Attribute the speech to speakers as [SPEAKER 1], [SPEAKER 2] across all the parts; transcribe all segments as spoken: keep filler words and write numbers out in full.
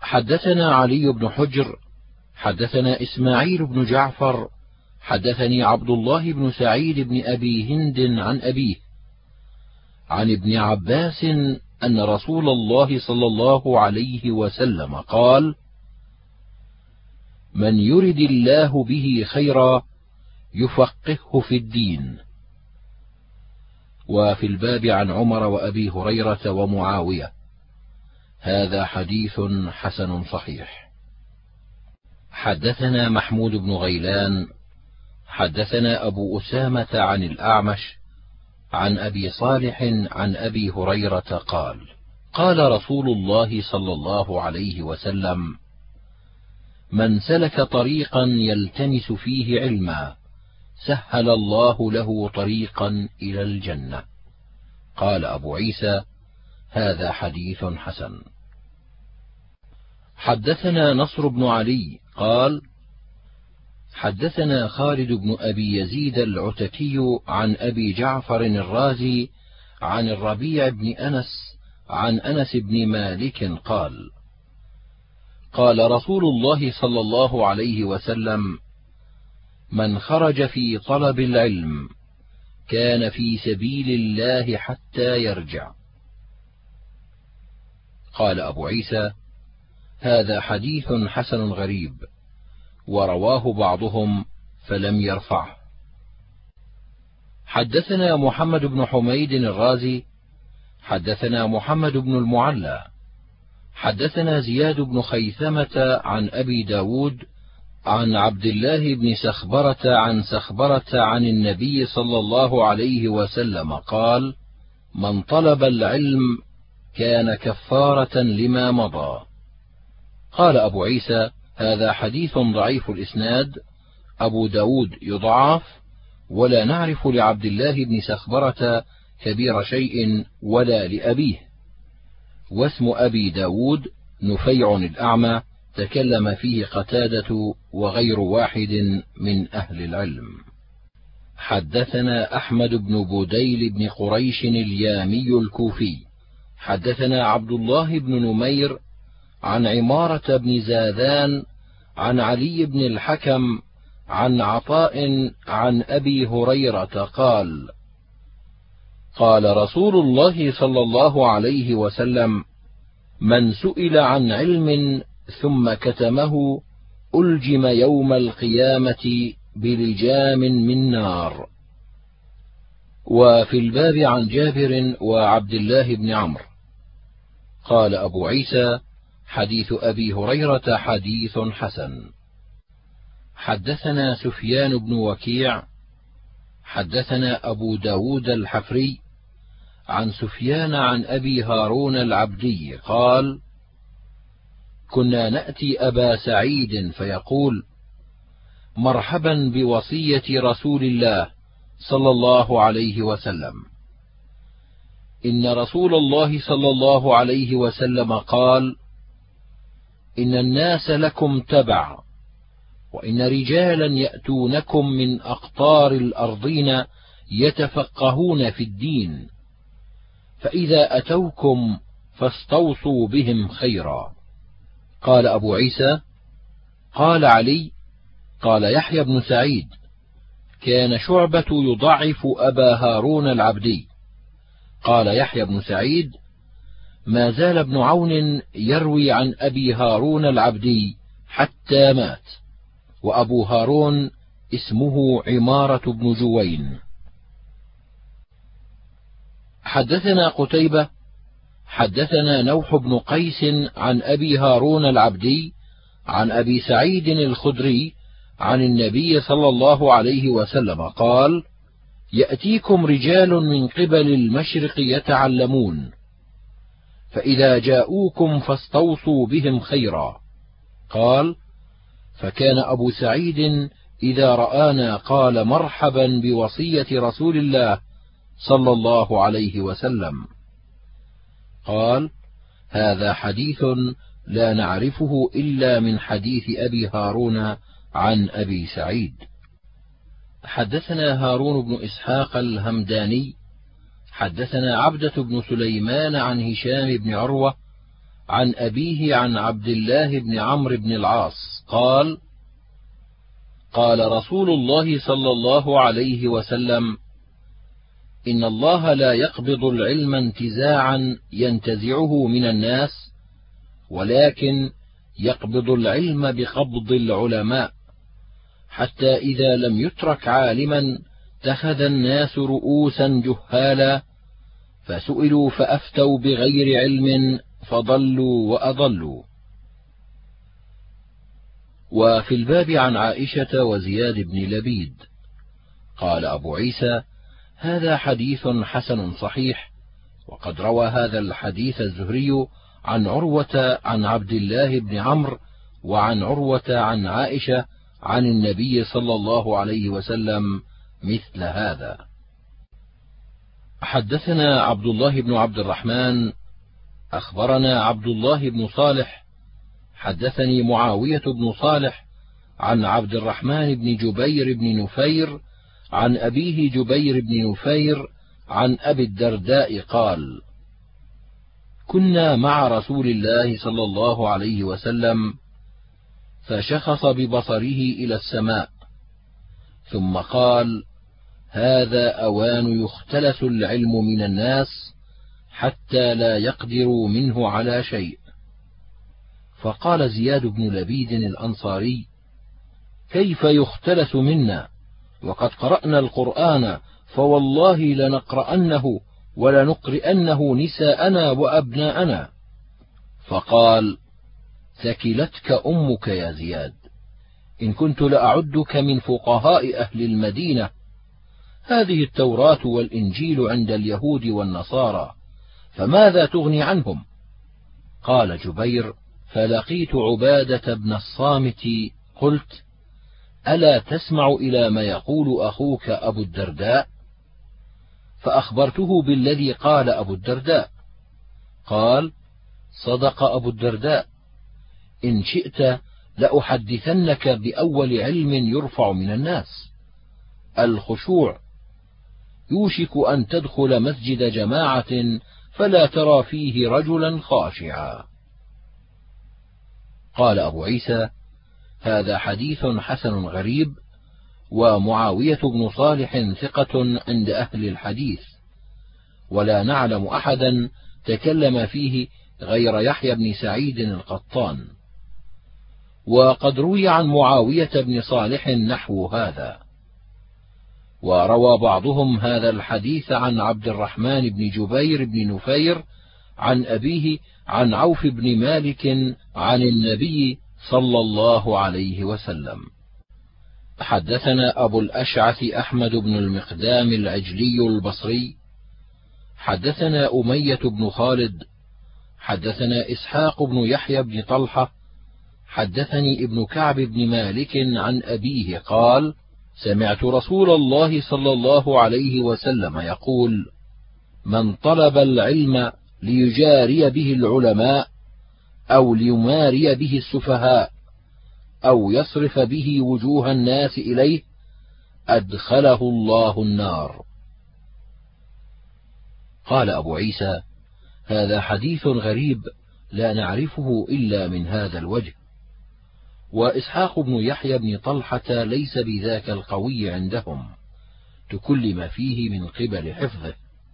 [SPEAKER 1] حدثنا علي بن حجر حدثنا إسماعيل بن جعفر حدثني عبد الله بن سعيد بن أبي هند عن أبيه عن ابن عباس أن رسول الله صلى الله عليه وسلم قال: من يرد الله به خيرا يفقهه في الدين. وفي الباب عن عمر وأبي هريرة ومعاوية. هذا حديث حسن صحيح. حدثنا محمود بن غيلان حدثنا أبو أسامة عن الأعمش عن أبي صالح عن أبي هريرة قال: قال رسول الله صلى الله عليه وسلم: من سلك طريقا يلتمس فيه علما سهل الله له طريقا إلى الجنة. قال أبو عيسى: هذا حديث حسن. حدثنا نصر بن علي قال: حدثنا خالد بن أبي يزيد العتكي عن أبي جعفر الرازي عن الربيع بن أنس عن أنس بن مالك قال: قال رسول الله صلى الله عليه وسلم: من خرج في طلب العلم كان في سبيل الله حتى يرجع. قال أبو عيسى: هذا حديث حسن غريب، ورواه بعضهم فلم يرفعه. حدثنا محمد بن حميد الرازي حدثنا محمد بن المعلى حدثنا زياد بن خيثمة عن أبي داود عن عبد الله بن سخبرة عن سخبرة عن النبي صلى الله عليه وسلم قال: من طلب العلم كان كفارة لما مضى. قال أبو عيسى: هذا حديث ضعيف الإسناد، أبو داود يضعف، ولا نعرف لعبد الله بن سخبرة كبير شيء ولا لأبيه. واسم أبي داود نفيع الأعمى، تكلم فيه قتادة وغير واحد من أهل العلم. حدثنا أحمد بن بديل بن قريش اليامي الكوفي حدثنا عبد الله بن نمير عن عمارة بن زاذان عن علي بن الحكم عن عطاء عن أبي هريرة قال: قال رسول الله صلى الله عليه وسلم: من سئل عن علم ثم كتمه ألجم يوم القيامة بلجام من نار. وفي الباب عن جابر وعبد الله بن عمرو. قال أبو عيسى: حديث أبي هريرة حديث حسن. حدثنا سفيان بن وكيع حدثنا أبو داود الحفري عن سفيان عن أبي هارون العبدي قال: كنا نأتي أبا سعيد فيقول: مرحبا بوصية رسول الله صلى الله عليه وسلم. إن رسول الله صلى الله عليه وسلم قال: إن الناس لكم تبع، وإن رجالا يأتونكم من أقطار الأرضين يتفقهون في الدين، فإذا أتوكم فاستوصوا بهم خيرا. قال أبو عيسى: قال علي: قال يحيى بن سعيد: كان شعبة يضعف أبا هارون العبدي. قال يحيى بن سعيد: ما زال ابن عون يروي عن أبي هارون العبدي حتى مات، وأبو هارون اسمه عمارة بن جوين. حدثنا قتيبة حدثنا نوح بن قيس عن أبي هارون العبدي عن أبي سعيد الخدري عن النبي صلى الله عليه وسلم قال: يأتيكم رجال من قبل المشرق يتعلمون، فإذا جاءوكم فاستوصوا بهم خيرا. قال: فكان أبو سعيد إذا رآنا قال: مرحبا بوصية رسول الله صلى الله عليه وسلم. قال: هذا حديث لا نعرفه إلا من حديث أبي هارون عن أبي سعيد. حدثنا هارون بن إسحاق الهمداني حدثنا عبدة بن سليمان عن هشام بن عروة عن أبيه عن عبد الله بن عمرو بن العاص قال: قال رسول الله صلى الله عليه وسلم: إن الله لا يقبض العلم انتزاعا ينتزعه من الناس، ولكن يقبض العلم بقبض العلماء، حتى إذا لم يترك عالما اتخذ الناس رؤوسا جهالا، فسئلوا فأفتوا بغير علم فضلوا وأضلوا. وفي الباب عن عائشة وزياد بن لبيد. قال أبو عيسى: هذا حديث حسن صحيح. وقد روى هذا الحديث الزهري عن عروة عن عبد الله بن عمرو، وعن عروة عن عائشة عن النبي صلى الله عليه وسلم مثل هذا. حدثنا عبد الله بن عبد الرحمن أخبرنا عبد الله بن صالح حدثني معاوية بن صالح عن عبد الرحمن بن جبير بن نفير عن أبيه جبير بن نفير عن أبي الدرداء قال: كنا مع رسول الله صلى الله عليه وسلم، فشخص ببصره إلى السماء، ثم قال: هذا أوان يختلس العلم من الناس حتى لا يقدروا منه على شيء. فقال زياد بن لبيد الأنصاري: كيف يختلس منا وقد قرأنا القرآن، فوالله لنقرأنه ولنقرئنه نساءنا وأبناءنا. فقال: ثكلتك أمك يا زياد، إن كنت لأعدك من فقهاء أهل المدينة. هذه التوراة والإنجيل عند اليهود والنصارى، فماذا تغني عنهم؟ قال جبير: فلقيت عبادة بن الصامت قلت: ألا تسمع إلى ما يقول أخوك أبو الدرداء؟ فأخبرته بالذي قال أبو الدرداء. قال: صدق أبو الدرداء، إن شئت لأحدثنك بأول علم يرفع من الناس: الخشوع. يوشك أن تدخل مسجد جماعة فلا ترى فيه رجلا خاشعا. قال أبو عيسى: هذا حديث حسن غريب. ومعاوية بن صالح ثقة عند أهل الحديث، ولا نعلم أحدا تكلم فيه غير يحيى بن سعيد القطان. وقد روي عن معاوية بن صالح نحو هذا. وروى بعضهم هذا الحديث عن عبد الرحمن بن جبير بن نفير عن أبيه عن عوف بن مالك عن النبي صلى الله عليه وسلم. حدثنا أبو الأشعث أحمد بن المقدام العجلي البصري حدثنا أمية بن خالد حدثنا إسحاق بن يحيى بن طلحة حدثني ابن كعب بن مالك عن أبيه قال: سمعت رسول الله صلى الله عليه وسلم يقول: من طلب العلم ليجاري به العلماء أو ليماري به السفهاء أو يصرف به وجوه الناس إليه أدخله الله النار. قال أبو عيسى: هذا حديث غريب لا نعرفه إلا من هذا الوجه. وإسحاق بن يحيى بن طلحة ليس بذاك القوي عندهم، تكلم فيه من قبل حفظه.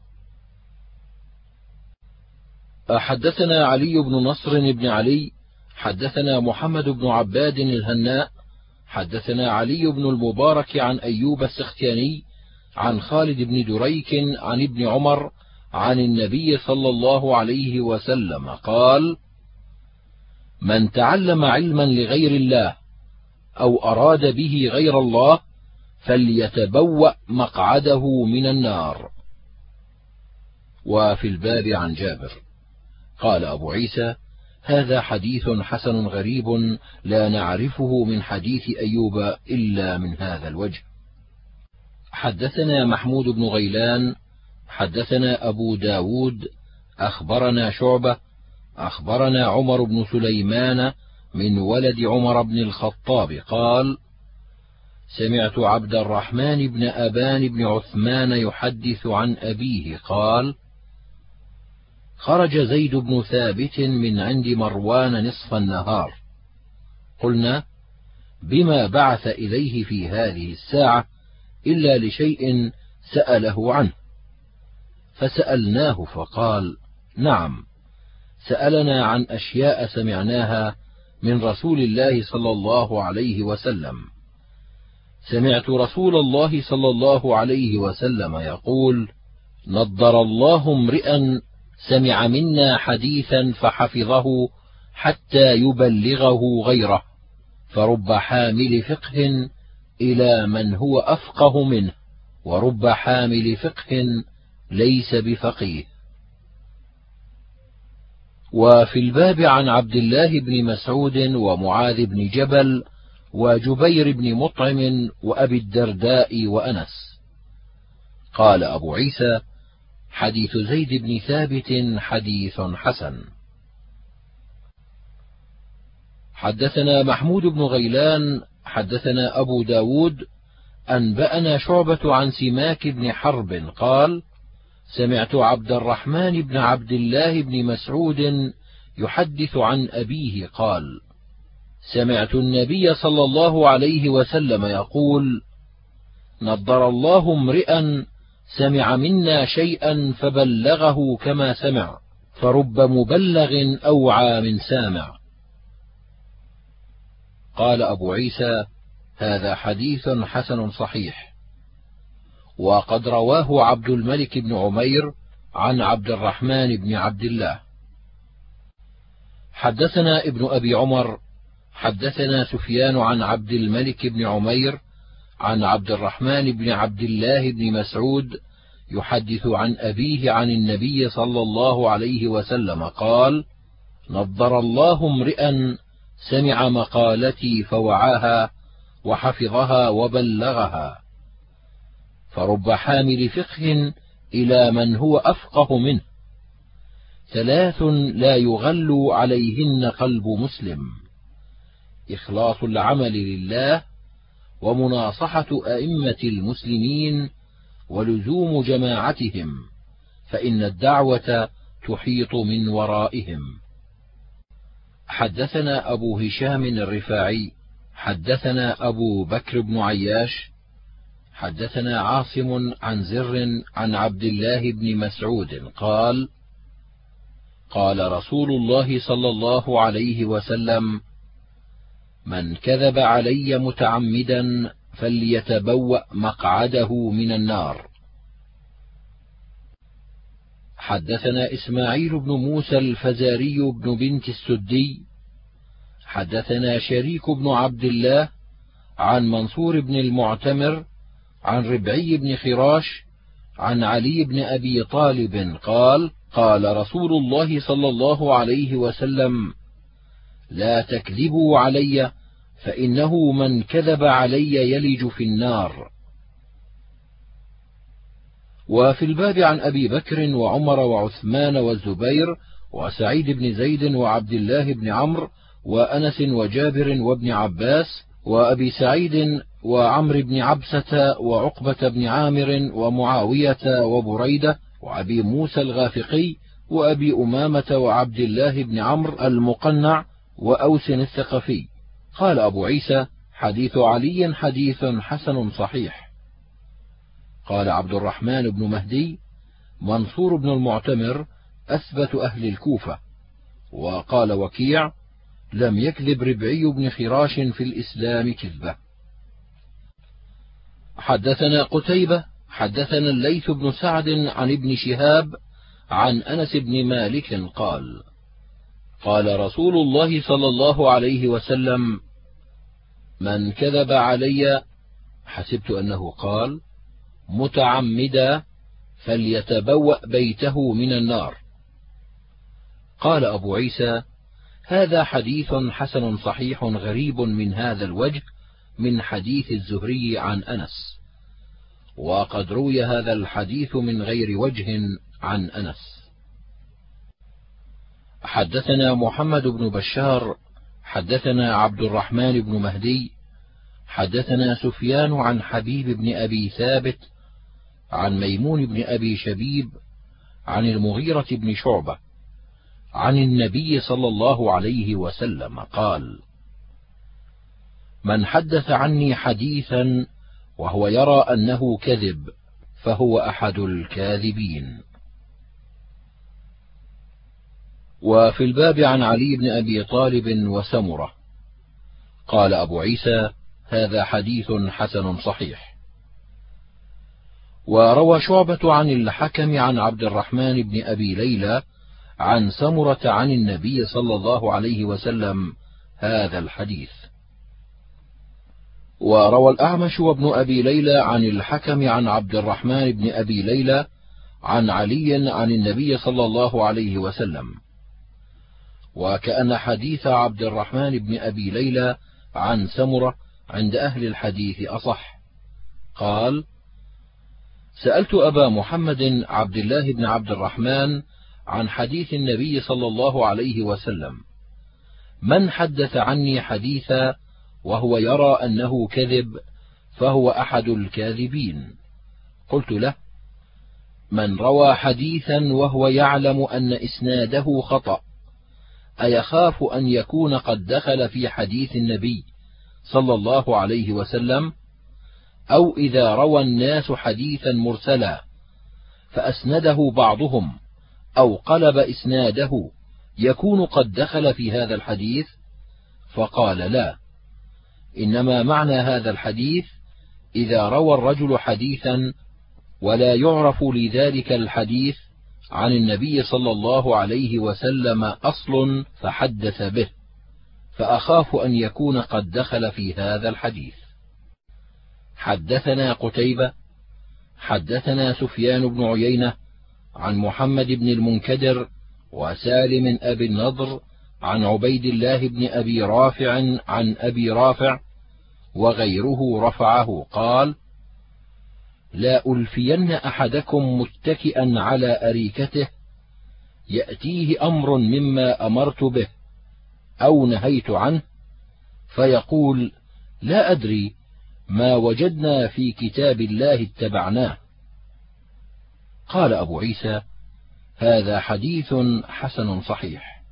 [SPEAKER 1] حدثنا علي بن نصر بن علي حدثنا محمد بن عباد الهناء حدثنا علي بن المبارك عن أيوب السختياني عن خالد بن دريك عن ابن عمر عن النبي صلى الله عليه وسلم قال: من تعلم علما لغير الله أو أراد به غير الله فليتبوأ مقعده من النار. وفي الباب عن جابر. قال أبو عيسى: هذا حديث حسن غريب لا نعرفه من حديث أيوب إلا من هذا الوجه. حدثنا محمود بن غيلان حدثنا أبو داود أخبرنا شعبة أخبرنا عمر بن سليمان من ولد عمر بن الخطاب قال: سمعت عبد الرحمن بن أبان بن عثمان يحدث عن أبيه قال: خرج زيد بن ثابت من عند مروان نصف النهار. قلنا: بما بعث إليه في هذه الساعة إلا لشيء سأله عنه؟ فسألناه فقال: نعم، سألنا عن أشياء سمعناها من رسول الله صلى الله عليه وسلم. سمعت رسول الله صلى الله عليه وسلم يقول: نضر الله امرئا سمع منا حديثا فحفظه حتى يبلغه غيره، فرب حامل فقه إلى من هو أفقه منه، ورب حامل فقه ليس بفقيه. وفي الباب عن عبد الله بن مسعود ومعاذ بن جبل وجبير بن مطعم وأبي الدرداء وأنس. قال أبو عيسى: حديث زيد بن ثابت حديث حسن. حدثنا محمود بن غيلان حدثنا أبو داود أنبأنا شعبة عن سماك بن حرب قال: سمعت عبد الرحمن بن عبد الله بن مسعود يحدث عن أبيه قال: سمعت النبي صلى الله عليه وسلم يقول: نضر الله امرئا سمع منا شيئا فبلغه كما سمع، فرب مبلغ أوعى من سامع. قال أبو عيسى: هذا حديث حسن صحيح. وقد رواه عبد الملك بن عمير عن عبد الرحمن بن عبد الله. حدثنا ابن أبي عمر حدثنا سفيان عن عبد الملك بن عمير عن عبد الرحمن بن عبد الله بن مسعود يحدث عن أبيه عن النبي صلى الله عليه وسلم قال: نضر الله امرئا سمع مقالتي فوعاها وحفظها وبلغها، فرب حامل فقه إلى من هو أفقه منه. ثلاث لا يغل عليهن قلب مسلم: إخلاص العمل لله، ومناصحة أئمة المسلمين، ولزوم جماعتهم، فإن الدعوة تحيط من ورائهم. حدثنا أبو هشام الرفاعي حدثنا أبو بكر بن عياش حدثنا عاصم عن زر عن عبد الله بن مسعود قال: قال رسول الله صلى الله عليه وسلم: من كذب علي متعمدا فليتبوأ مقعده من النار. حدثنا إسماعيل بن موسى الفزاري بن بنت السدي حدثنا شريك بن عبد الله عن منصور بن المعتمر عن ربعي بن خراش عن علي بن أبي طالب قال: قال رسول الله صلى الله عليه وسلم: لا تكذبوا علي، فإنه من كذب علي يلج في النار. وفي الباب عن أبي بكر وعمر وعثمان والزبير وسعيد بن زيد وعبد الله بن عمرو وأنس وجابر وابن عباس وأبي سعيد وعمرو بن عبسة وعقبة بن عامر ومعاوية وبريدة وأبي موسى الغافقي وأبي أمامة وعبد الله بن عمرو المقنع وأوس الثقفي. قال أبو عيسى: حديث علي حديث حسن صحيح. قال عبد الرحمن بن مهدي: منصور بن المعتمر أثبت أهل الكوفة. وقال وكيع: لم يكذب ربعي بن خراش في الإسلام كذبة. حدثنا قتيبة حدثنا الليث بن سعد عن ابن شهاب عن أنس بن مالك قال: قال رسول الله صلى الله عليه وسلم: من كذب علي، حسبت أنه قال متعمدا، فليتبوأ بيته من النار. قال أبو عيسى: هذا حديث حسن صحيح غريب من هذا الوجه من حديث الزهري عن أنس، وقد روي هذا الحديث من غير وجه عن أنس. حدثنا محمد بن بشار حدثنا عبد الرحمن بن مهدي حدثنا سفيان عن حبيب بن أبي ثابت عن ميمون بن أبي شبيب عن المغيرة بن شعبة عن النبي صلى الله عليه وسلم قال: من حدث عني حديثا وهو يرى أنه كذب فهو أحد الكاذبين. وفي الباب عن علي بن أبي طالب وسمرة. قال أبو عيسى: هذا حديث حسن صحيح. وروى شعبة عن الحكم عن عبد الرحمن بن أبي ليلى عن سمرة عن النبي صلى الله عليه وسلم هذا الحديث. وروى الأعمش وابن أبي ليلى عن الحكم عن عبد الرحمن بن أبي ليلى عن علي عن النبي صلى الله عليه وسلم. وكأن حديث عبد الرحمن بن أبي ليلى عن سمرة عند أهل الحديث أصح. قال: سألت أبا محمد عبد الله بن عبد الرحمن عن حديث النبي صلى الله عليه وسلم: من حدث عني حديثا وهو يرى أنه كذب فهو أحد الكاذبين؟ قلت له: من روى حديثا وهو يعلم أن إسناده خطأ أيخاف أن يكون قد دخل في حديث النبي صلى الله عليه وسلم؟ أو إذا روى الناس حديثا مرسلا فأسنده بعضهم أو قلب إسناده يكون قد دخل في هذا الحديث؟ فقال: لا، إنما معنى هذا الحديث إذا روى الرجل حديثا ولا يعرف لذلك الحديث عن النبي صلى الله عليه وسلم أصل فحدث به، فأخاف أن يكون قد دخل في هذا الحديث. حدثنا قتيبة حدثنا سفيان بن عيينة عن محمد بن المنكدر وسالم أبي النضر عن عبيد الله بن أبي رافع عن أبي رافع وغيره رفعه قال: لا ألفين أحدكم متكئا على أريكته يأتيه أمر مما أمرت به أو نهيت عنه فيقول: لا أدري، ما وجدنا في كتاب الله اتبعناه. قال أبو عيسى: هذا حديث حسن صحيح.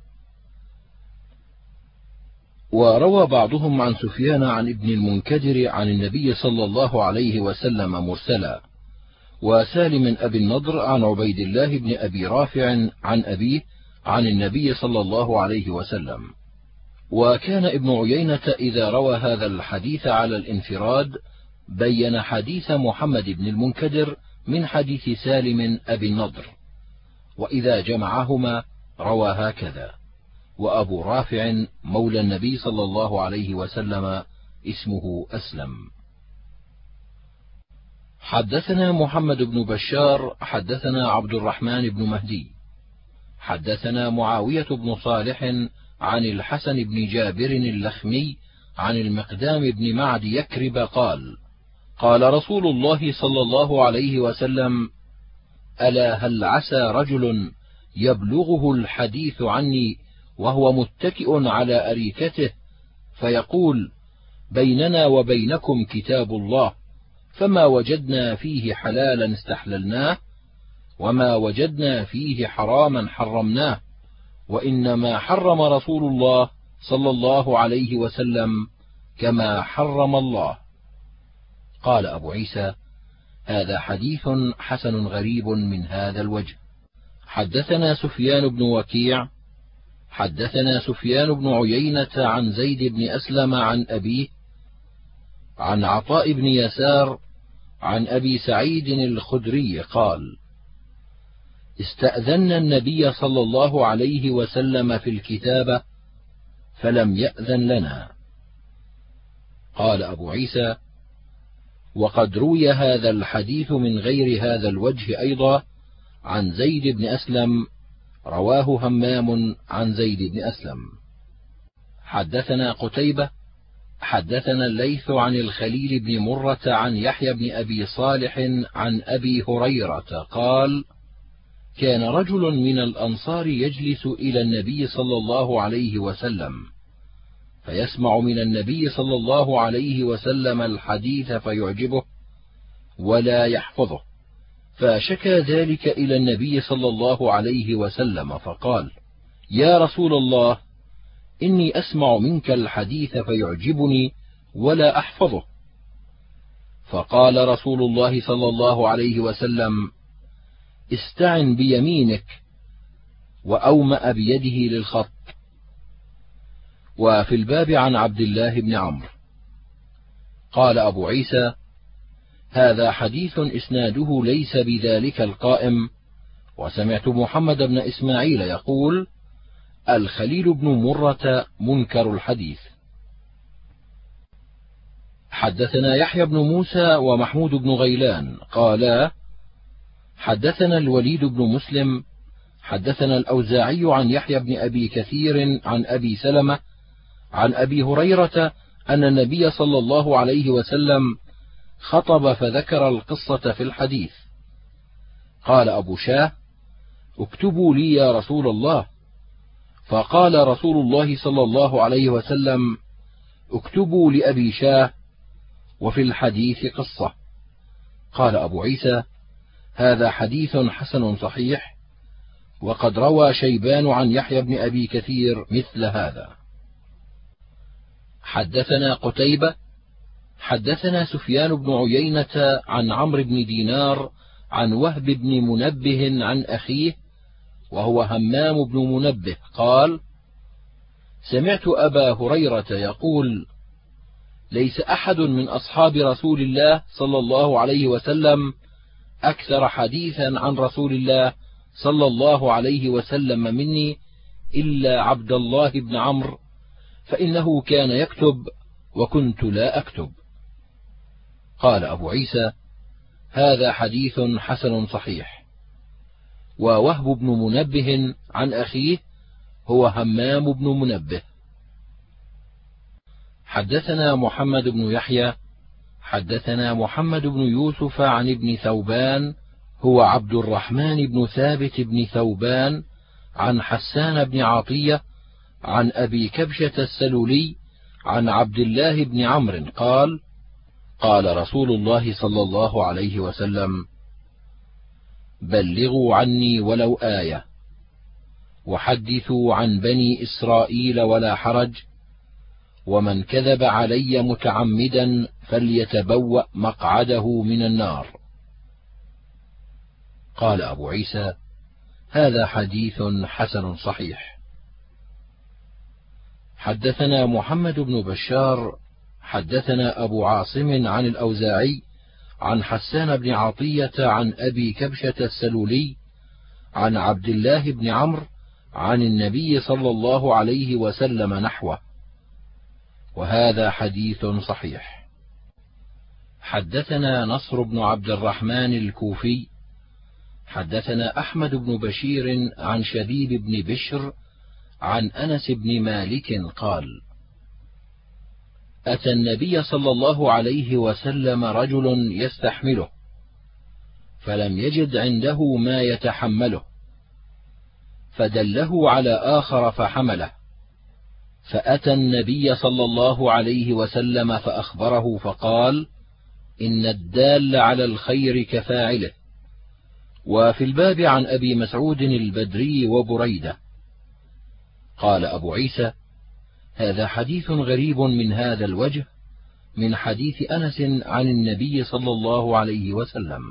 [SPEAKER 1] وروى بعضهم عن سفيان عن ابن المنكدر عن النبي صلى الله عليه وسلم مرسلا، وسالم أبي النضر عن عبيد الله بن أبي رافع عن أبيه عن النبي صلى الله عليه وسلم. وكان ابن عيينة إذا روى هذا الحديث على الانفراد بين حديث محمد بن المنكدر من حديث سالم أبي النضر، وإذا جمعهما روى هكذا. وأبو رافع مولى النبي صلى الله عليه وسلم اسمه أسلم. حدثنا محمد بن بشار حدثنا عبد الرحمن بن مهدي حدثنا معاوية بن صالح عن الحسن بن جابر اللخمي عن المقدام بن معد يكرب قال: قال رسول الله صلى الله عليه وسلم: ألا هل عسى رجل يبلغه الحديث عني وهو متكئ على أريكته فيقول: بيننا وبينكم كتاب الله، فما وجدنا فيه حلالا استحللناه وما وجدنا فيه حراما حرمناه، وإنما حرم رسول الله صلى الله عليه وسلم كما حرم الله. قال أبو عيسى: هذا حديث حسن غريب من هذا الوجه. حدثنا سفيان بن وكيع حدثنا سفيان بن عيينة عن زيد بن أسلم عن أبيه عن عطاء بن يسار عن أبي سعيد الخدري قال: استأذنا النبي صلى الله عليه وسلم في الكتابة فلم يأذن لنا. قال أبو عيسى: وقد روي هذا الحديث من غير هذا الوجه أيضا عن زيد بن أسلم، رواه همام عن زيد بن أسلم. حدثنا قتيبة حدثنا الليث عن الخليل بن مرة عن يحيى بن أبي صالح عن أبي هريرة قال: كان رجل من الأنصار يجلس إلى النبي صلى الله عليه وسلم فيسمع من النبي صلى الله عليه وسلم الحديث فيعجبه ولا يحفظه، فشكى ذلك إلى النبي صلى الله عليه وسلم فقال: يا رسول الله، إني أسمع منك الحديث فيعجبني ولا أحفظه. فقال رسول الله صلى الله عليه وسلم: استعن بيمينك، وأومأ بيده للخط. وفي الباب عن عبد الله بن عمرو. قال أبو عيسى: هذا حديث إسناده ليس بذلك القائم. وسمعت محمد بن إسماعيل يقول: الخليل بن مرة منكر الحديث. حدثنا يحيى بن موسى ومحمود بن غيلان قالا: حدثنا الوليد بن مسلم حدثنا الأوزاعي عن يحيى بن أبي كثير عن أبي سلمة عن أبي هريرة أن النبي صلى الله عليه وسلم خطب فذكر القصة في الحديث. قال أبو شاه: اكتبوا لي يا رسول الله. فقال رسول الله صلى الله عليه وسلم: اكتبوا لأبي شاه، وفي الحديث قصة. قال أبو عيسى: هذا حديث حسن صحيح، وقد روى شيبان عن يحيى بن أبي كثير مثل هذا. حدثنا قتيبة حدثنا سفيان بن عيينة عن عمرو بن دينار عن وهب بن منبه عن أخيه وهو همام بن منبه قال: سمعت أبا هريرة يقول: ليس أحد من أصحاب رسول الله صلى الله عليه وسلم أكثر حديثا عن رسول الله صلى الله عليه وسلم مني إلا عبد الله بن عمرو، فإنه كان يكتب وكنت لا أكتب. قال أبو عيسى: هذا حديث حسن صحيح. ووهب بن منبه عن أخيه هو همام بن منبه. حدثنا محمد بن يحيى حدثنا محمد بن يوسف عن ابن ثوبان هو عبد الرحمن بن ثابت بن ثوبان عن حسان بن عطية عن أبي كبشة السلولي عن عبد الله بن عمرو قال: قال رسول الله صلى الله عليه وسلم: بلغوا عني ولو آية، وحدثوا عن بني إسرائيل ولا حرج، ومن كذب علي متعمدا فليتبوأ مقعده من النار. قال أبو عيسى: هذا حديث حسن صحيح. حدثنا محمد بن بشار حدثنا أبو عاصم عن الأوزاعي عن حسان بن عطية عن أبي كبشة السلولي عن عبد الله بن عمرو عن النبي صلى الله عليه وسلم نحوه، وهذا حديث صحيح. حدثنا نصر بن عبد الرحمن الكوفي حدثنا أحمد بن بشير عن شبيب بن بشر عن أنس بن مالك قال: أتى النبي صلى الله عليه وسلم رجل يستحمله، فلم يجد عنده ما يتحمله، فدله على آخر فحمله، فأتى النبي صلى الله عليه وسلم فأخبره فقال: إن الدال على الخير كفاعله. وفي الباب عن أبي مسعود البدري وبريدة. قال أبو عيسى: هذا حديث غريب من هذا الوجه من حديث أنس عن النبي صلى الله عليه وسلم.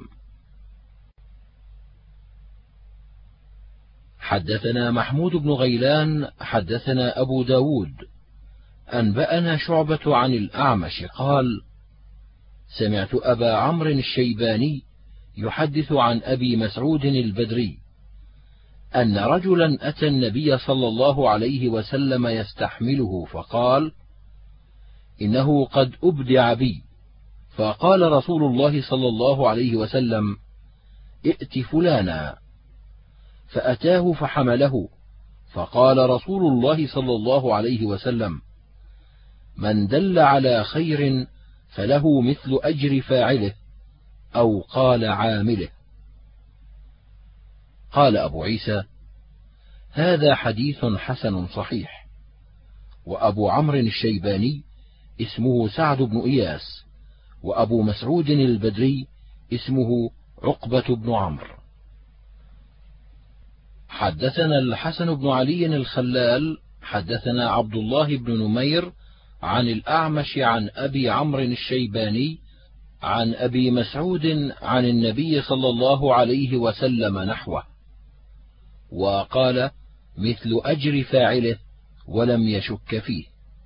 [SPEAKER 1] حدثنا محمود بن غيلان حدثنا أبو داود أنبأنا شعبة عن الأعمش قال: سمعت أبا عمرو الشيباني يحدث عن أبي مسعود البدري أن رجلا أتى النبي صلى الله عليه وسلم يستحمله فقال: إنه قد أبدع بي. فقال رسول الله صلى الله عليه وسلم: ائت فلانا. فأتاه فحمله، فقال رسول الله صلى الله عليه وسلم: من دل على خير فله مثل أجر فاعله، أو قال عامله. قال أبو عيسى: هذا حديث حسن صحيح. وأبو عمرو الشيباني اسمه سعد بن إياس، وأبو مسعود البدري اسمه عقبة بن عمرو. حدثنا الحسن بن علي الخلال حدثنا عبد الله بن نمير عن الأعمش عن أبي عمرو الشيباني عن أبي مسعود عن النبي صلى الله عليه وسلم نحوه، وقال مثل أجر فاعله ولم يشك فيه.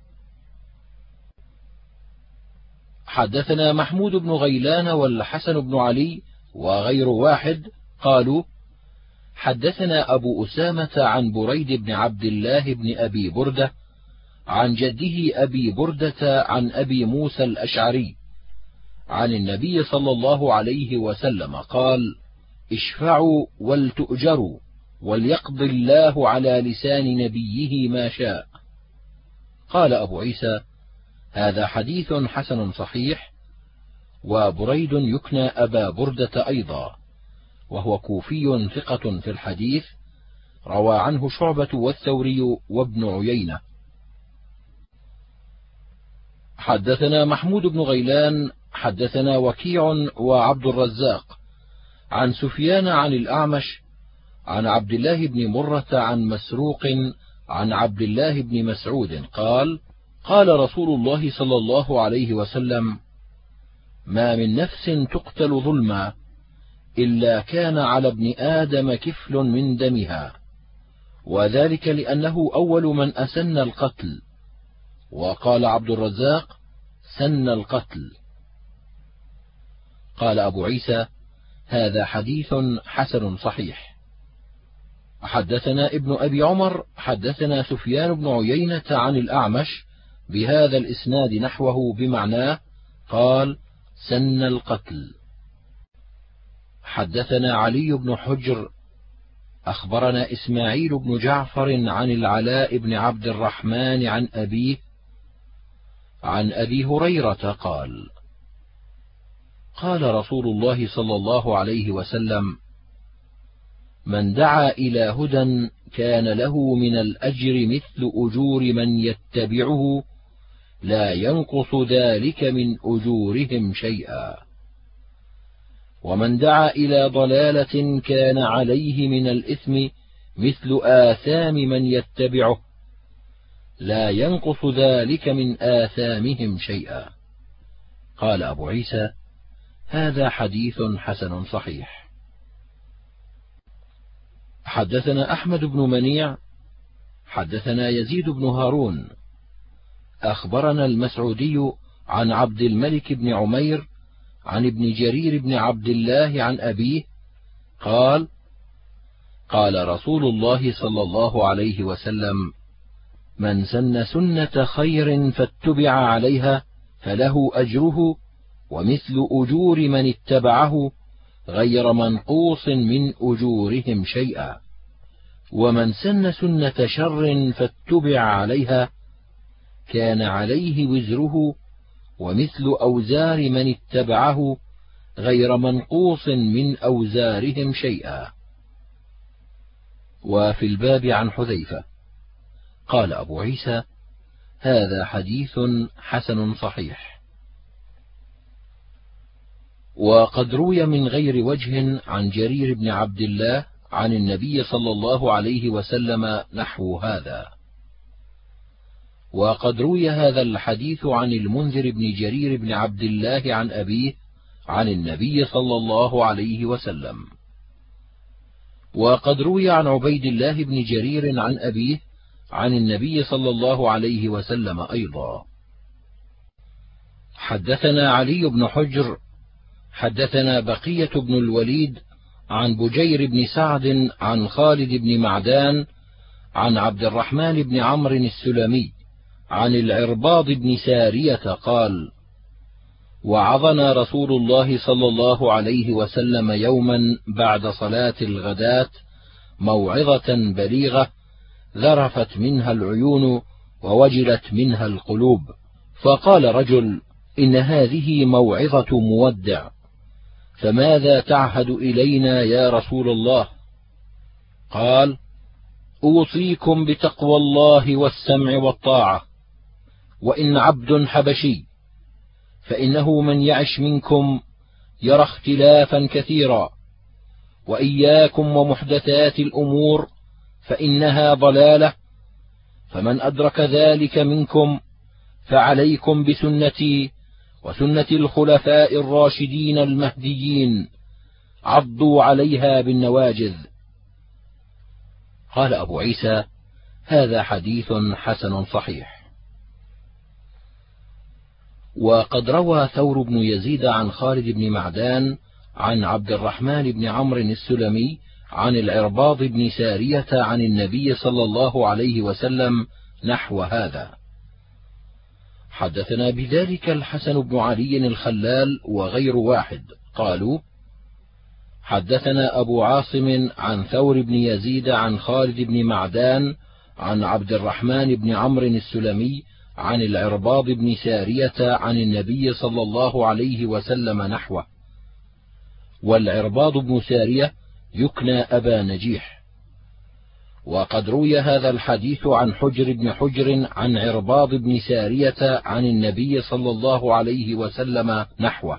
[SPEAKER 1] حدثنا محمود بن غيلان والحسن بن علي وغير واحد قالوا حدثنا أبو أسامة عن بريد بن عبد الله بن أبي بردة عن جده أبي بردة عن أبي موسى الأشعري عن النبي صلى الله عليه وسلم قال: اشفعوا ولتؤجروا وليقضي الله على لسان نبيه ما شاء. قال أبو عيسى: هذا حديث حسن صحيح. وبريد يكنى أبا بردة أيضا، وهو كوفي ثقة في الحديث، روى عنه شعبة والثوري وابن عيينة. حدثنا محمود بن غيلان حدثنا وكيع وعبد الرزاق عن سفيان عن الأعمش عن عبد الله بن مرة عن مسروق عن عبد الله بن مسعود قال: قال رسول الله صلى الله عليه وسلم: ما من نفس تقتل ظلما إلا كان على ابن آدم كفل من دمها، وذلك لأنه أول من أسن القتل. وقال عبد الرزاق: سن القتل. قال أبو عيسى: هذا حديث حسن صحيح. حدثنا ابن أبي عمر حدثنا سفيان بن عيينة عن الأعمش بهذا الإسناد نحوه بمعناه، قال: سن القتل. حدثنا علي بن حجر أخبرنا إسماعيل بن جعفر عن العلاء بن عبد الرحمن عن أبيه عن أبي هريرة قال: قال رسول الله صلى الله عليه وسلم: من دعا إلى هدى كان له من الأجر مثل أجور من يتبعه لا ينقص ذلك من أجورهم شيئا، ومن دعا إلى ضلالة كان عليه من الإثم مثل آثام من يتبعه لا ينقص ذلك من آثامهم شيئا. قال أبو عيسى: هذا حديث حسن صحيح. حدثنا أحمد بن منيع حدثنا يزيد بن هارون أخبرنا المسعودي عن عبد الملك بن عمير عن ابن جرير بن عبد الله عن أبيه قال: قال رسول الله صلى الله عليه وسلم: من سن سنة خير فاتبع عليها فله أجره ومثل أجور من اتبعه غير منقوص من أجورهم شيئا، ومن سن سنة شر فاتبع عليها كان عليه وزره ومثل أوزار من اتبعه غير منقوص من أوزارهم شيئا. وفي الباب عن حذيفة. قال أبو عيسى: هذا حديث حسن صحيح. وقد روي من غير وجه عن جرير بن عبد الله عن النبي صلى الله عليه وسلم نحو هذا. وقد روي هذا الحديث عن المنذر بن جرير بن عبد الله عن أبيه عن النبي صلى الله عليه وسلم. وقد روي عن عبيد الله بن جرير عن أبيه عن النبي صلى الله عليه وسلم أيضا. حدثنا علي بن حجر حدثنا بقية بن الوليد عن بجير بن سعد عن خالد بن معدان عن عبد الرحمن بن عمرو السلمي عن العرباض بن سارية قال: وعظنا رسول الله صلى الله عليه وسلم يوما بعد صلاة الغداة موعظة بليغة ذرفت منها العيون ووجلت منها القلوب، فقال رجل: إن هذه موعظة مودع، فماذا تعهد إلينا يا رسول الله؟ قال: أوصيكم بتقوى الله والسمع والطاعة، وإن عبد حبشي، فإنه من يعش منكم يرى اختلافا كثيرا، وإياكم ومحدثات الأمور، فإنها ضلالة، فمن أدرك ذلك منكم فعليكم بسنتي وسنة الخلفاء الراشدين المهديين، عضوا عليها بالنواجذ. قال أبو عيسى: هذا حديث حسن صحيح. وقد روى ثور بن يزيد عن خالد بن معدان عن عبد الرحمن بن عمرو السلمي عن العرباض بن سارية عن النبي صلى الله عليه وسلم نحو هذا. حدثنا بذلك الحسن بن علي الخلال وغير واحد قالوا: حدثنا أبو عاصم عن ثور بن يزيد عن خالد بن معدان عن عبد الرحمن بن عمرو السلمي عن العرباض بن سارية عن النبي صلى الله عليه وسلم نحوه. والعرباض بن سارية يكنى أبا نجيح. وقد روي هذا الحديث عن حجر بن حجر عن عرباض بن سارية عن النبي صلى الله عليه وسلم نحوه.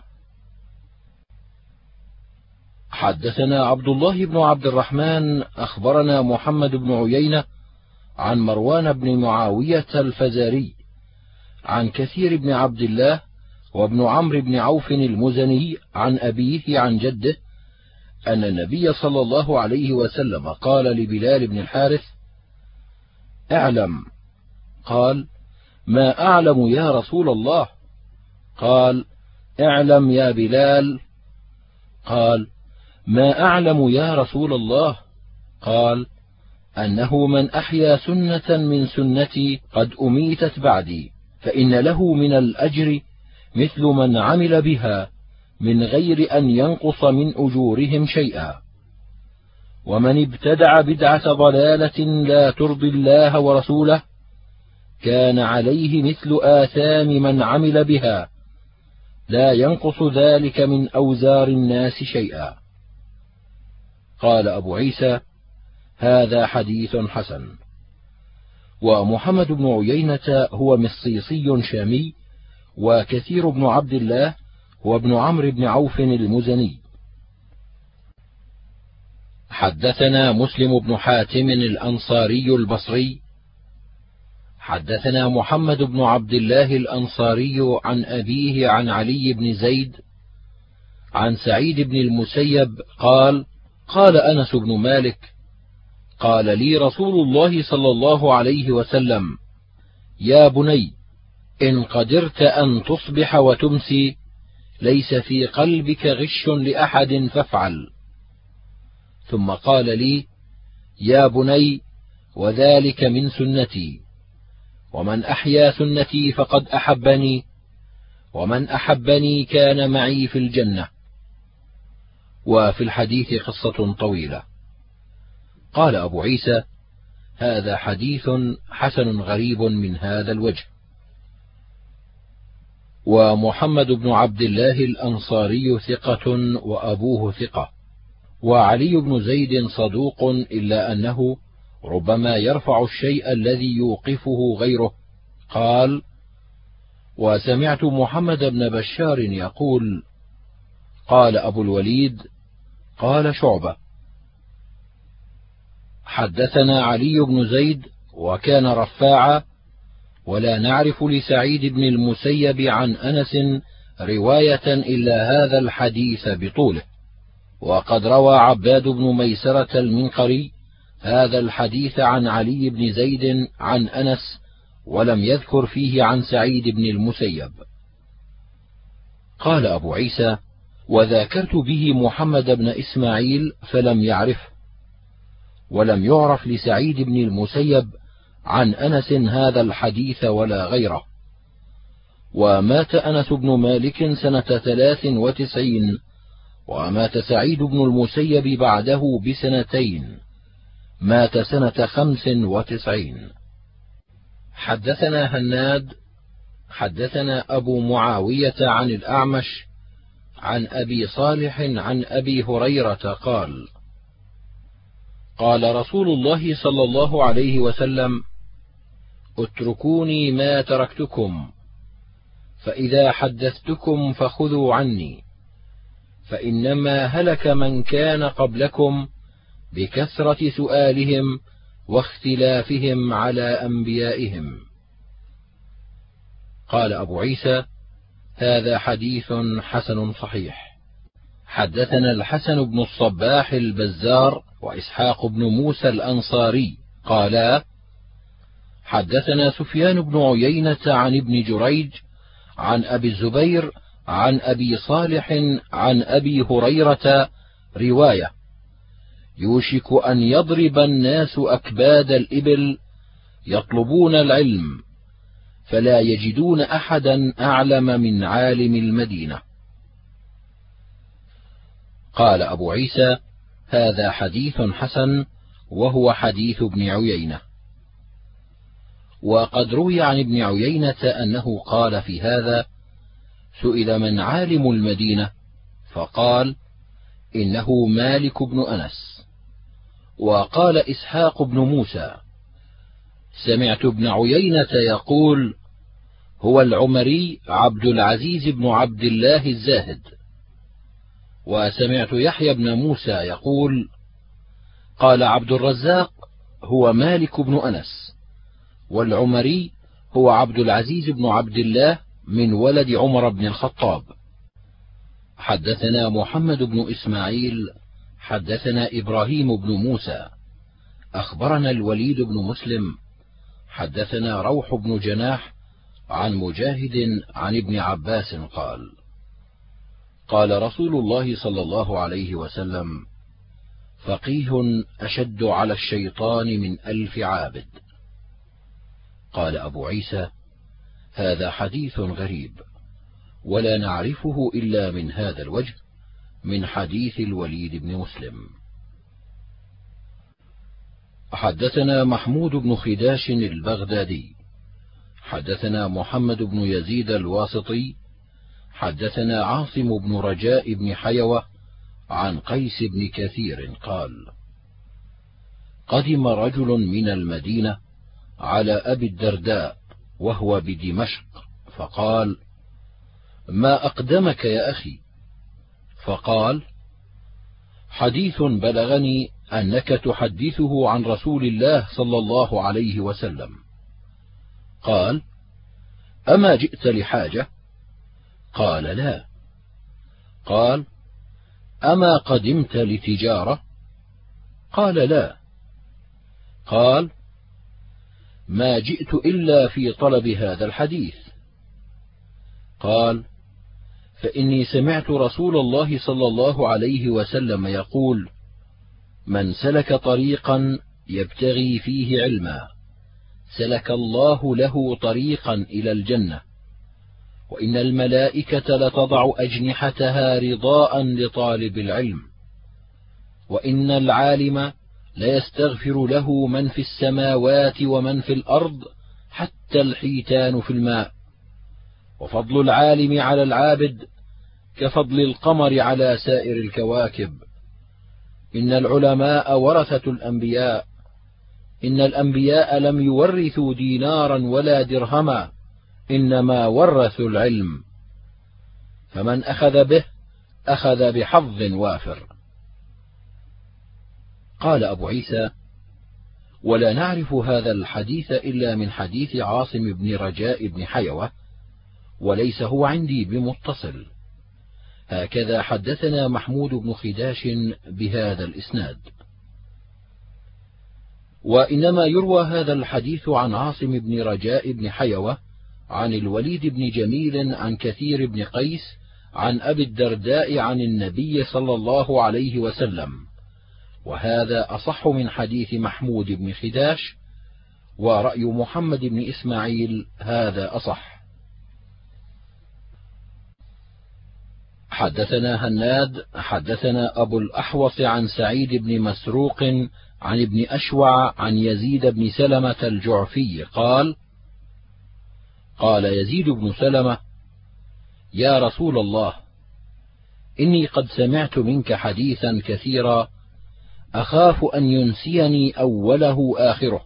[SPEAKER 1] حدثنا عبد الله بن عبد الرحمن أخبرنا محمد بن عيينة عن مروان بن معاوية الفزاري عن كثير بن عبد الله وابن عمرو بن عوف المزني عن أبيه عن جده أن النبي صلى الله عليه وسلم قال لبلال بن الحارث: اعلم. قال: ما أعلم يا رسول الله؟ قال: اعلم يا بلال. قال: ما أعلم يا رسول الله؟ قال: أنه من أحيا سنة من سنتي قد أميتت بعدي فإن له من الأجر مثل من عمل بها من غير أن ينقص من أجورهم شيئا، ومن ابتدع بدعة ضلالة لا ترضي الله ورسوله كان عليه مثل آثام من عمل بها لا ينقص ذلك من أوزار الناس شيئا. قال أبو عيسى: هذا حديث حسن. ومحمد بن عيينة هو مصيصي شامي، وكثير بن عبد الله هو ابن عمرو بن عوف المزني. حدثنا مسلم بن حاتم الأنصاري البصري حدثنا محمد بن عبد الله الأنصاري عن أبيه عن علي بن زيد عن سعيد بن المسيب قال: قال أنس بن مالك: قال لي رسول الله صلى الله عليه وسلم: يا بني، إن قدرت أن تصبح وتمسي ليس في قلبك غش لأحد فافعل. ثم قال لي: يا بني، وذلك من سنتي، ومن أحيا سنتي فقد أحبني، ومن أحبني كان معي في الجنة. وفي الحديث قصة طويلة. قال أبو عيسى: هذا حديث حسن غريب من هذا الوجه. ومحمد بن عبد الله الأنصاري ثقة وأبوه ثقة، وعلي بن زيد صدوق، إلا أنه ربما يرفع الشيء الذي يوقفه غيره. قال: وسمعت محمد بن بشار يقول: قال أبو الوليد: قال شعبة. حدثنا علي بن زيد وكان رفاعا، ولا نعرف لسعيد بن المسيب عن أنس رواية إلا هذا الحديث بطوله. وقد روى عباد بن ميسرة المنقري هذا الحديث عن علي بن زيد عن أنس، ولم يذكر فيه عن سعيد بن المسيب. قال أبو عيسى: وذاكرت به محمد بن إسماعيل فلم يعرفه، ولم يعرف لسعيد بن المسيب عن أنس هذا الحديث ولا غيره. ومات أنس بن مالك سنة ثلاث وتسعين، ومات سعيد بن المسيب بعده بسنتين، مات سنة خمس وتسعين. حدثنا هناد حدثنا أبو معاوية عن الأعمش عن أبي صالح عن أبي هريرة قال: قال رسول الله صلى الله عليه وسلم: اتركوني ما تركتكم، فإذا حدثتكم فخذوا عني، فإنما هلك من كان قبلكم بكثرة سؤالهم واختلافهم على أنبيائهم. قال أبو عيسى: هذا حديث حسن صحيح. حدثنا الحسن بن الصباح البزار وإسحاق بن موسى الأنصاري قالا: حدثنا سفيان بن عيينة عن ابن جريج عن أبي الزبير عن أبي صالح عن أبي هريرة رواية: يوشك أن يضرب الناس أكباد الإبل يطلبون العلم فلا يجدون أحدا أعلم من عالم المدينة. قال أبو عيسى: هذا حديث حسن، وهو حديث ابن عيينة. وقد روي عن ابن عيينة أنه قال في هذا: سئل من عالم المدينة فقال: إنه مالك بن أنس. وقال إسحاق بن موسى: سمعت ابن عيينة يقول: هو العمري عبد العزيز بن عبد الله الزاهد. وسمعت يحيى بن موسى يقول: قال عبد الرزاق: هو مالك بن أنس، والعمري هو عبد العزيز بن عبد الله من ولد عمر بن الخطاب. حدثنا محمد بن إسماعيل حدثنا إبراهيم بن موسى أخبرنا الوليد بن مسلم حدثنا روح بن جناح عن مجاهد عن ابن عباس قال: قال رسول الله صلى الله عليه وسلم: فقيه أشد على الشيطان من ألف عابد. قال أبو عيسى: هذا حديث غريب، ولا نعرفه إلا من هذا الوجه، من حديث الوليد بن مسلم. حدثنا محمود بن خداش البغدادي حدثنا محمد بن يزيد الواسطي حدثنا عاصم بن رجاء بن حيوة عن قيس بن كثير قال: قدم رجل من المدينة على أبي الدرداء وهو بدمشق، فقال: ما أقدمك يا أخي؟ فقال: حديث بلغني أنك تحدثه عن رسول الله صلى الله عليه وسلم. قال: أما جئت لحاجة؟ قال: لا. قال: أما قدمت لتجارة؟ قال: لا. قال: ما جئت إلا في طلب هذا الحديث. قال: فإني سمعت رسول الله صلى الله عليه وسلم يقول: من سلك طريقا يبتغي فيه علما سلك الله له طريقا إلى الجنة، وإن الملائكة لتضع أجنحتها رضاء لطالب العلم، وإن العالم ليستغفر له من في السماوات ومن في الأرض حتى الحيتان في الماء، وفضل العالم على العابد كفضل القمر على سائر الكواكب. إن العلماء ورثة الأنبياء، إن الأنبياء لم يورثوا دينارا ولا درهما، إنما ورثوا العلم، فمن أخذ به أخذ بحظ وافر. قال أبو عيسى: ولا نعرف هذا الحديث إلا من حديث عاصم بن رجاء بن حيوة، وليس هو عندي بمتصل. هكذا حدثنا محمود بن خداش بهذا الإسناد. وإنما يروى هذا الحديث عن عاصم بن رجاء بن حيوة عن الوليد بن جميل عن كثير بن قيس عن أبي الدرداء عن النبي صلى الله عليه وسلم، وهذا أصح من حديث محمود بن خداش، ورأي محمد بن إسماعيل هذا أصح. حدثنا هناد حدثنا أبو الأحوص عن سعيد بن مسروق عن ابن أشوع عن يزيد بن سلمة الجعفي قال: قال يزيد بن سلمة: يا رسول الله، إني قد سمعت منك حديثا كثيرا أخاف أن ينسيني أوله آخره،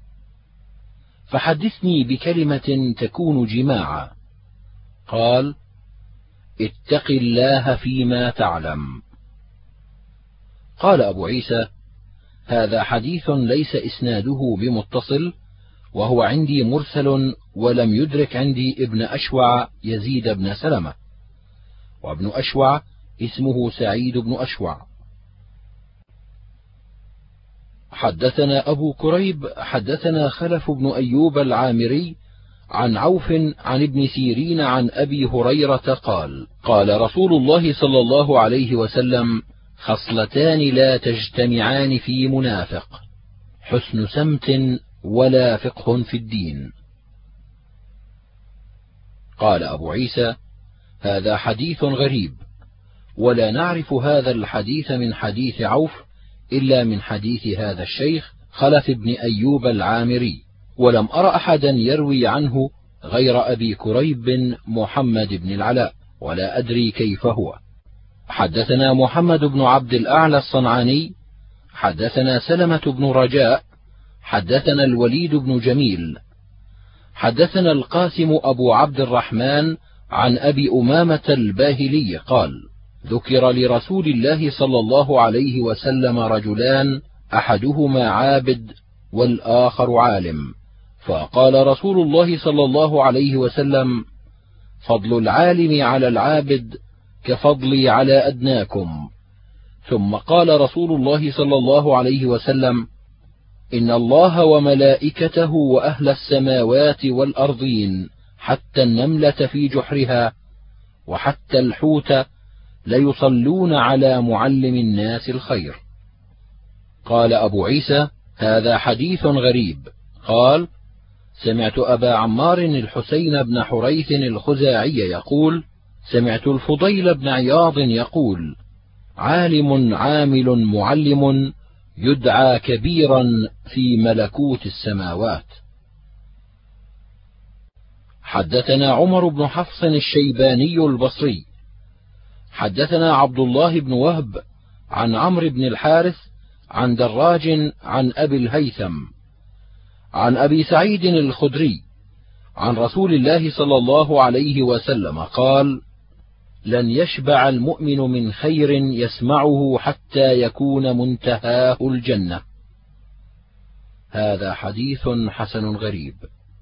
[SPEAKER 1] فحدثني بكلمة تكون جماعا. قال: اتق الله فيما تعلم. قال أبو عيسى: هذا حديث ليس إسناده بمتصل، وهو عندي مرسل، ولم يدرك عندي ابن أشوع يزيد بن سلمة، وابن أشوع اسمه سعيد بن أشوع. حدثنا أبو كريب حدثنا خلف بن أيوب العامري عن عوف عن ابن سيرين عن أبي هريرة قال: قال رسول الله صلى الله عليه وسلم: خصلتان لا تجتمعان في منافق: حسن سمت ولا فقه في الدين. قال أبو عيسى: هذا حديث غريب، ولا نعرف هذا الحديث من حديث عوف إلا من حديث هذا الشيخ خلف بن أيوب العامري، ولم أر أحدا يروي عنه غير أبي كريب بن محمد بن العلاء، ولا أدري كيف هو. حدثنا محمد بن عبد الأعلى الصنعاني حدثنا سلمة بن رجاء حدثنا الوليد بن جميل حدثنا القاسم أبو عبد الرحمن عن أبي أمامة الباهلي قال: ذكر لرسول الله صلى الله عليه وسلم رجلان، أحدهما عابد والآخر عالم، فقال رسول الله صلى الله عليه وسلم: فضل العالم على العابد كفضلي على أدناكم. ثم قال رسول الله صلى الله عليه وسلم: إن الله وملائكته وأهل السماوات والأرضين حتى النملة في جحرها وحتى الحوت ليصلون على معلم الناس الخير. قال أبو عيسى: هذا حديث غريب. قال: سمعت أبا عمار الحسين بن حريث الخزاعي يقول: سمعت الفضيل بن عياض يقول: عالم عامل معلم يدعى كبيرا في ملكوت السماوات. حدثنا عمر بن حفص الشيباني البصري حدثنا عبد الله بن وهب عن عمرو بن الحارث عن دراج عن أبي الهيثم عن أبي سعيد الخدري عن رسول الله صلى الله عليه وسلم قال: لن يشبع المؤمن من خير يسمعه حتى يكون منتهاه الجنة. هذا حديث حسن غريب.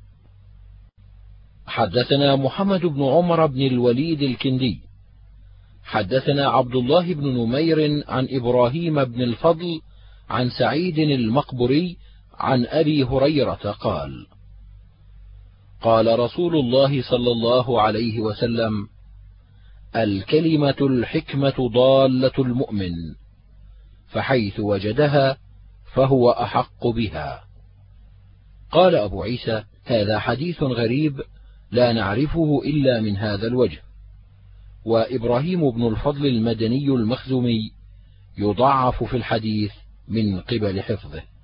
[SPEAKER 1] حدثنا محمد بن عمر بن الوليد الكندي حدثنا عبد الله بن نمير عن إبراهيم بن الفضل عن سعيد المقبري عن أبي هريرة قال: قال رسول الله صلى الله عليه وسلم: الكلمة الحكمة ضالة المؤمن، فحيث وجدها فهو أحق بها. قال أبو عيسى: هذا حديث غريب لا نعرفه إلا من هذا الوجه. وإبراهيم بن الفضل المدني المخزومي يضعف في الحديث من قبل حفظه.